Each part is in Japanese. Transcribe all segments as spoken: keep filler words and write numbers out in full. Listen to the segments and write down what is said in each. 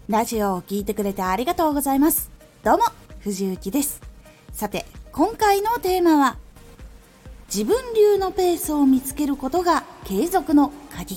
ラジオを聞いてくれてありがとうございます。どうも、藤幸です。さて、今回のテーマは、自分流のペースを見つけることが継続の鍵。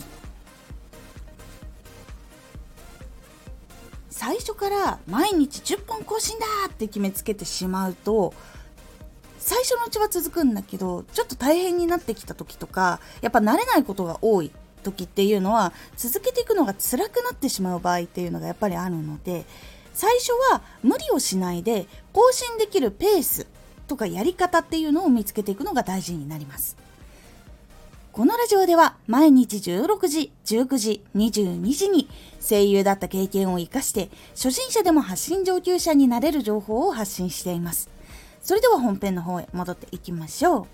最初から毎日じゅっぽん更新だって決めつけてしまうと、最初のうちは続くんだけど、ちょっと大変になってきた時とか、やっぱ慣れないことが多い時っていうのは、続けていくのが辛くなってしまう場合っていうのがやっぱりあるので、最初は無理をしないで更新できるペースとかやり方っていうのを見つけていくのが大事になります。このラジオでは毎日じゅうろくじ、じゅうくじ、にじゅうにじに声優だった経験を生かして初心者でも発信上級者になれる情報を発信しています。それでは本編の方へ戻っていきましょう。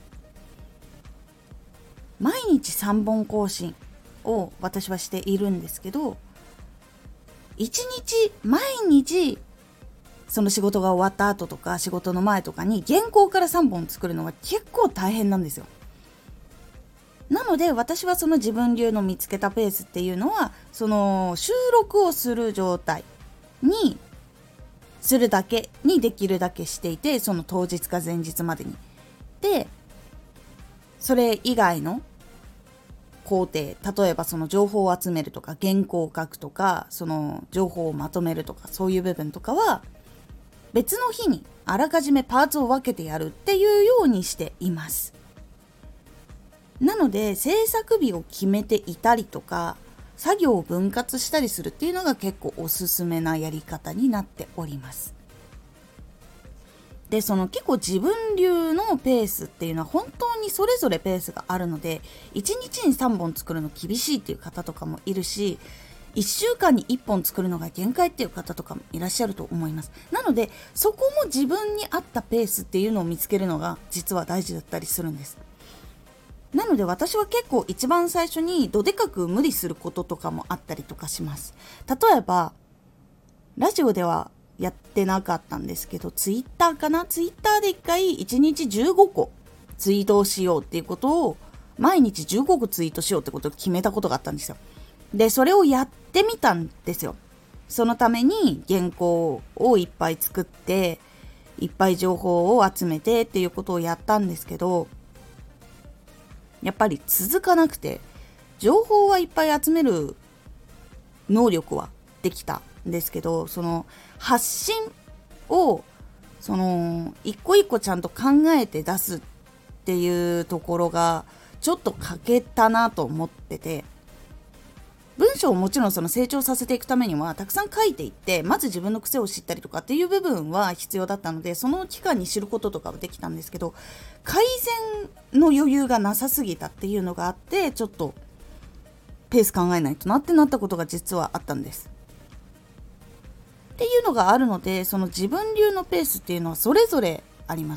毎日さんぼん更新を私はしているんですけど、いちにち毎日その仕事が終わった後とか仕事の前とかに原稿からさんぼん作るのが結構大変なんですよ。なので私はその自分流の見つけたペースっていうのは、その収録をする状態にするだけにできるだけしていて、その当日か前日までに。で、それ以外の工程、例えばその情報を集めるとか原稿を書くとか、その情報をまとめるとか、そういう部分とかは別の日にあらかじめパーツを分けてやるっていうようにしています。なので制作日を決めていたりとか、作業を分割したりするっていうのが結構おすすめなやり方になっております。で、その結構自分流のペースっていうのは本当にそれぞれペースがあるので、いちにちにさんぼん作るの厳しいっていう方とかもいるし、いっしゅうかんにいっぽん作るのが限界っていう方とかもいらっしゃると思います。なのでそこも自分に合ったペースっていうのを見つけるのが実は大事だったりするんです。なので私は結構一番最初にどでかく無理することとかもあったりとかします。例えばラジオではやってなかったんですけど、ツイッターかなツイッターで一回いちにちじゅうごこツイートをしようっていうことを、毎日じゅうごこツイートしようってことを決めたことがあったんですよ。で、それをやってみたんですよ。そのために原稿をいっぱい作って、いっぱい情報を集めてっていうことをやったんですけど、やっぱり続かなくて、情報はいっぱい集める能力はできたんですけど、その発信をその一個一個ちゃんと考えて出すっていうところがちょっと欠けたなと思ってて、文章をもちろんその成長させていくためにはたくさん書いていって、まず自分の癖を知ったりとかっていう部分は必要だったので、その期間に知ることとかはできたんですけど、改善の余裕がなさすぎたっていうのがあって、ちょっとペース考えないとなってなったことが実はあったんですっていうのがあるので、その自分流のペースっていうのはそれぞれあります。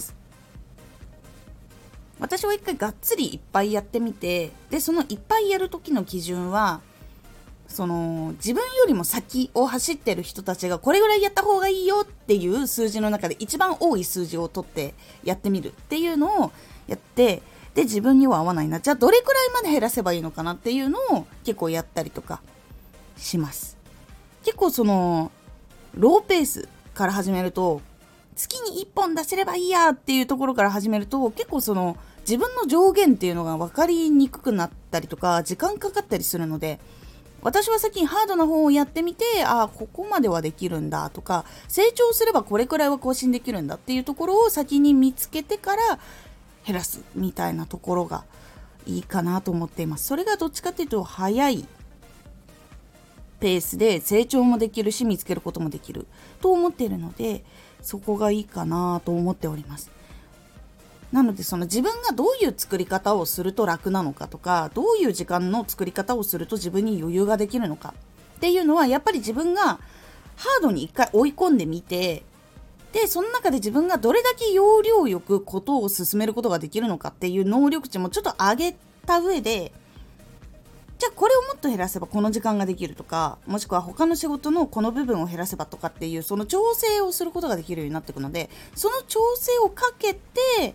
私は一回がっつりいっぱいやってみて、でそのいっぱいやる時の基準は、その自分よりも先を走ってる人たちがこれぐらいやった方がいいよっていう数字の中で一番多い数字を取ってやってみるっていうのをやって、で自分には合わないな、じゃあどれくらいまで減らせばいいのかなっていうのを結構やったりとかします。結構そのローペースから始めると、月にいっぽん出せればいいやっていうところから始めると、結構その自分の上限っていうのが分かりにくくなったりとか時間かかったりするので、私は先にハードな方をやってみて、ああここまではできるんだとか、成長すればこれくらいは更新できるんだっていうところを先に見つけてから減らすみたいなところがいいかなと思っています。それがどっちかっていうと早いペースで成長もできるし、見つけることもできると思っているので、そこがいいかなと思っております。なのでその自分がどういう作り方をすると楽なのかとか、どういう時間の作り方をすると自分に余裕ができるのかっていうのは、やっぱり自分がハードに一回追い込んでみて、でその中で自分がどれだけ要領よくことを進めることができるのかっていう能力値もちょっと上げた上で、じゃあこれをもっと減らせばこの時間ができるとか、もしくは他の仕事のこの部分を減らせばとかっていう、その調整をすることができるようになっていくので、その調整をかけて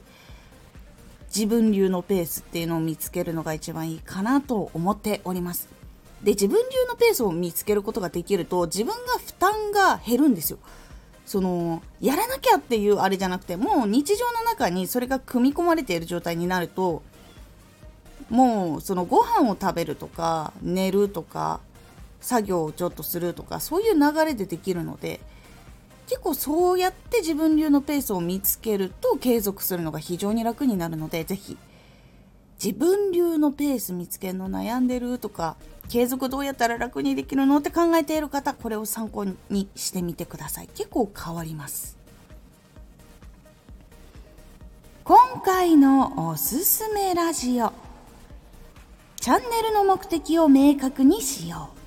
自分流のペースっていうのを見つけるのが一番いいかなと思っております。 で、自分流のペースを見つけることができると、自分が負担が減るんですよ。そのやらなきゃっていうあれじゃなくて、もう日常の中にそれが組み込まれている状態になると、もうそのご飯を食べるとか寝るとか作業をちょっとするとか、そういう流れでできるので、結構そうやって自分流のペースを見つけると継続するのが非常に楽になるので、ぜひ自分流のペース見つけるの悩んでるとか、継続どうやったら楽にできるのって考えている方、これを参考にしてみてください。結構変わります。今回のおすすめラジオ、チャンネルの目的を明確にしよう。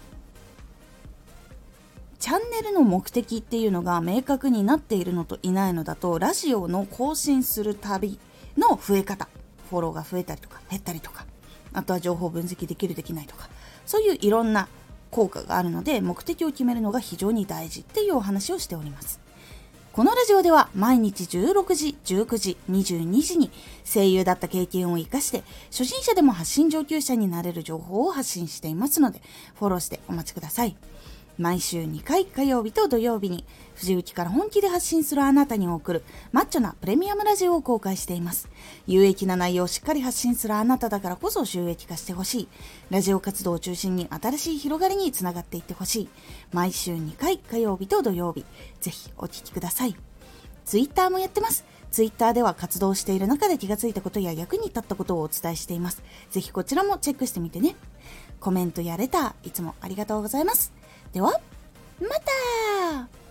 チャンネルの目的っていうのが明確になっているのといないのだと、ラジオの更新するたびの増え方、フォローが増えたりとか減ったりとか、あとは情報分析できるできないとか、そういういろんな効果があるので、目的を決めるのが非常に大事っていうお話をしております。このラジオでは毎日じゅうろくじ、じゅうくじ、にじゅうにじに声優だった経験を生かして初心者でも発信上級者になれる情報を発信していますので、フォローしてお待ちください。毎週にかい、火曜日と土曜日に藤雪から本気で発信するあなたに送るマッチョなプレミアムラジオを公開しています。有益な内容をしっかり発信するあなただからこそ収益化してほしい。ラジオ活動を中心に新しい広がりにつながっていってほしい。毎週にかい、火曜日と土曜日、ぜひお聞きください。ツイッターもやってます。ツイッターでは活動している中で気がついたことや役に立ったことをお伝えしています。ぜひこちらもチェックしてみてね。コメントやレターいつもありがとうございます。ではまた。